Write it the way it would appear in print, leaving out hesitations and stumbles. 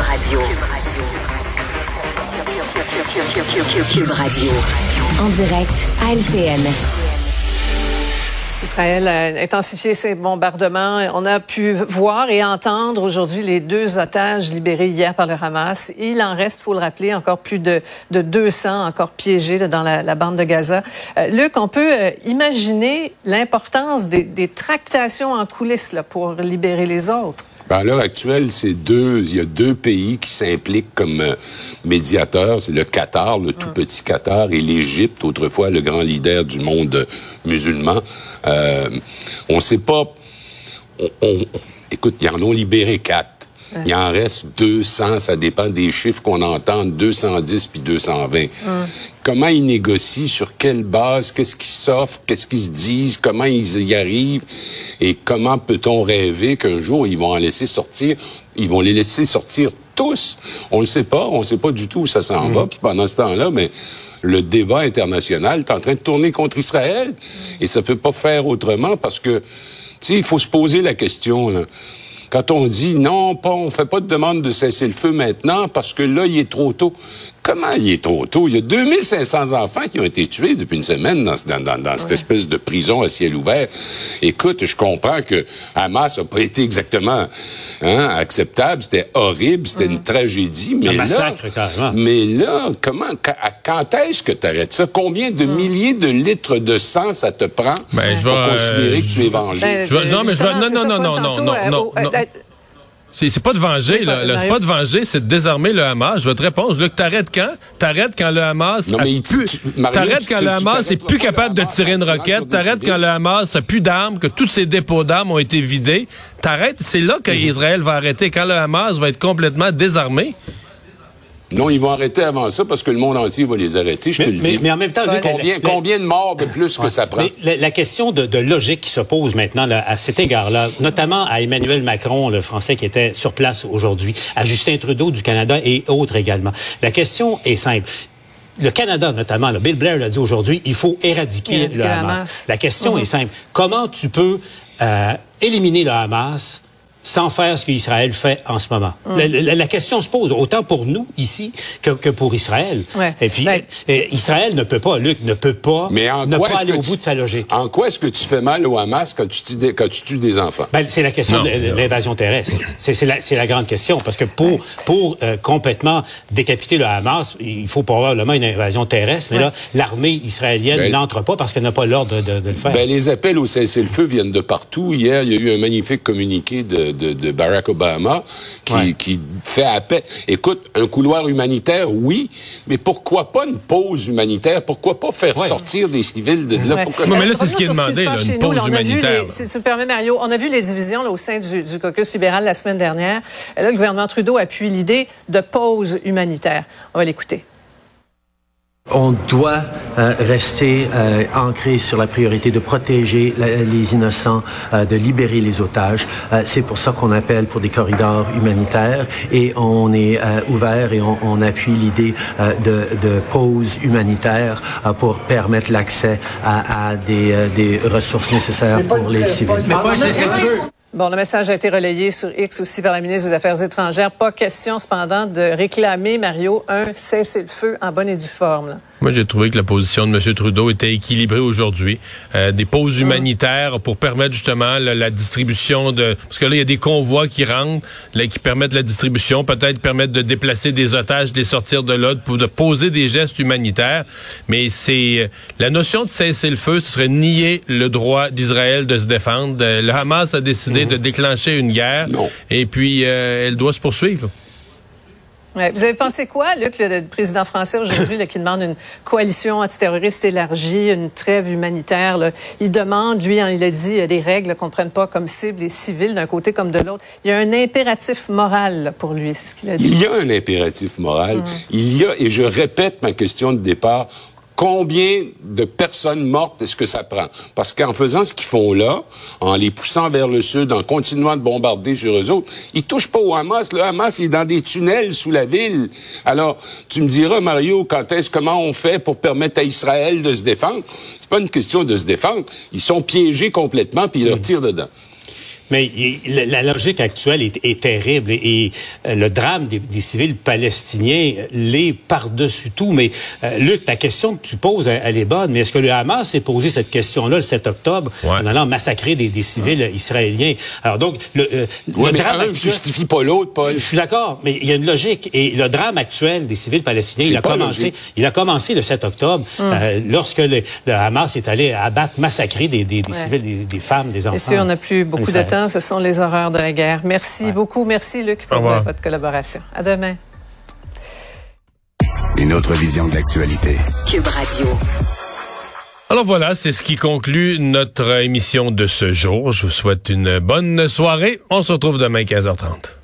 Radio. Cube Radio. En direct à LCN. Israël a intensifié ses bombardements. On a pu voir et entendre aujourd'hui les 2 otages libérés hier par le Hamas. Il en reste, il faut le rappeler, encore plus de 200 encore piégés là, dans la bande de Gaza. Luc, on peut imaginer l'importance des tractations en coulisses là, pour libérer les autres. À l'heure actuelle, il y a 2 pays qui s'impliquent comme médiateurs. C'est le Qatar, le tout petit Qatar, et l'Égypte, autrefois le grand leader du monde musulman. On ne sait pas... Écoute, ils en ont libéré 4. Il en reste 200, ça dépend des chiffres qu'on entend, 210 puis 220. Comment ils négocient, sur quelle base, qu'est-ce qu'ils s'offrent, qu'est-ce qu'ils se disent, comment ils y arrivent, et comment peut-on rêver qu'un jour ils vont en laisser sortir, ils vont les laisser sortir tous? On le sait pas, on sait pas du tout où ça s'en va, puis pendant ce temps-là, mais le débat international est en train de tourner contre Israël, et ça peut pas faire autrement parce que, tu sais, il faut se poser la question, là. Quand on dit non, on fait pas de demande de cesser le feu maintenant parce que là, il est trop tôt. Comment il est trop tôt? Il y a 2500 enfants qui ont été tués depuis une semaine dans cette espèce de prison à ciel ouvert. Écoute, je comprends que Hamas n'a pas été exactement acceptable. C'était horrible, c'était une tragédie. Mais un massacre, carrément. Mais là, quand est-ce que tu arrêtes ça? Combien de milliers de litres de sang ça te prend pour considérer que tu es vengé? Non. C'est pas de venger, là. C'est pas de venger, c'est de désarmer le Hamas. Je vais te répondre. Luc, t'arrêtes quand? T'arrêtes quand le Hamas t'arrêtes quand le Hamas est plus capable de tirer une roquette. T'arrêtes quand le Hamas a plus d'armes, que tous ses dépôts d'armes ont été vidés. T'arrêtes. C'est là qu'Israël va arrêter. Quand le Hamas va être complètement désarmé. Non, ils vont arrêter avant ça parce que le monde entier va les arrêter, je te le dis. Mais en même temps, combien de morts de plus que ça prend? Mais la question de logique qui se pose maintenant là, à cet égard-là, notamment à Emmanuel Macron, le Français qui était sur place aujourd'hui, à Justin Trudeau du Canada et autres également. La question est simple. Le Canada, notamment, là, Bill Blair l'a dit aujourd'hui, il faut éradiquer le Hamas. La question est simple. Comment tu peux éliminer le Hamas sans faire ce qu'Israël fait en ce moment? La question se pose, autant pour nous, ici, que pour Israël. Et puis, Israël ne peut pas, Luc, ne peut pas aller au bout de sa logique. En quoi est-ce que tu fais mal au Hamas quand tu tues des enfants? C'est la question de l'invasion terrestre. C'est la grande question, parce que pour complètement décapiter le Hamas, il faut probablement une invasion terrestre, mais là, l'armée israélienne n'entre pas parce qu'elle n'a pas l'ordre de le faire. Les appels au cessez-le-feu viennent de partout. Hier, il y a eu un magnifique communiqué de Barack Obama qui fait appel. Écoute, un couloir humanitaire, oui, mais pourquoi pas une pause humanitaire? Pourquoi pas faire sortir des civils de là? Mais là, c'est ce qui est demandé, une pause humanitaire. Si tu me permets, Mario, on a vu les divisions là, au sein du caucus libéral la semaine dernière. Là, le gouvernement Trudeau appuie l'idée de pause humanitaire. On va l'écouter. On doit rester ancré sur la priorité de protéger les innocents, de libérer les otages. C'est pour ça qu'on appelle pour des corridors humanitaires et on est ouvert et on appuie l'idée de pause humanitaire pour permettre l'accès à des ressources nécessaires pour les civils. Bon, le message a été relayé sur X aussi par la ministre des Affaires étrangères. Pas question, cependant, de réclamer, Mario, un cessez-le-feu en bonne et due forme. Là. Moi, j'ai trouvé que la position de M. Trudeau était équilibrée aujourd'hui. Des pauses humanitaires pour permettre justement la distribution de... Parce que là, il y a des convois qui rentrent, là, qui permettent la distribution, peut-être permettre de déplacer des otages, de les sortir de là, de poser des gestes humanitaires. Mais c'est... La notion de cessez-le-feu, ce serait nier le droit d'Israël de se défendre. Le Hamas a décidé de déclencher une guerre. Et puis, elle doit se poursuivre. Ouais. Vous avez pensé quoi, Luc, le président français aujourd'hui, qui demande une coalition antiterroriste élargie, une trêve humanitaire? Là. Il demande, lui, il a dit, des règles qu'on ne prenne pas comme cible les civils d'un côté comme de l'autre. Il y a un impératif moral là, pour lui, c'est ce qu'il a dit. Il y a un impératif moral. Il y a, et je répète ma question de départ, combien de personnes mortes est-ce que ça prend? Parce qu'en faisant ce qu'ils font là, en les poussant vers le sud, en continuant de bombarder sur eux autres, ils touchent pas au Hamas. Le Hamas est dans des tunnels sous la ville. Alors, tu me diras, Mario, comment on fait pour permettre à Israël de se défendre? C'est pas une question de se défendre. Ils sont piégés complètement, puis ils leur tirent dedans. Mais la logique actuelle est terrible et le drame des civils palestiniens l'est par-dessus tout. Mais Luc, ta question que tu poses, elle est bonne. Mais est-ce que le Hamas s'est posé cette question-là le 7 octobre en allant massacrer des civils israéliens? Alors donc, le drame actuel justifie pas l'autre, Paul. Je suis d'accord, mais il y a une logique. Et le drame actuel des civils palestiniens, il a commencé le 7 octobre, lorsque le Hamas est allé abattre, massacrer des civils, des femmes, des enfants. Bien sûr, on n'a plus beaucoup de temps. Ce sont les horreurs de la guerre. Merci beaucoup. Merci, Luc, pour votre collaboration. À demain. Une autre vision de l'actualité. Cube Radio. Alors voilà, c'est ce qui conclut notre émission de ce jour. Je vous souhaite une bonne soirée. On se retrouve demain 15h30.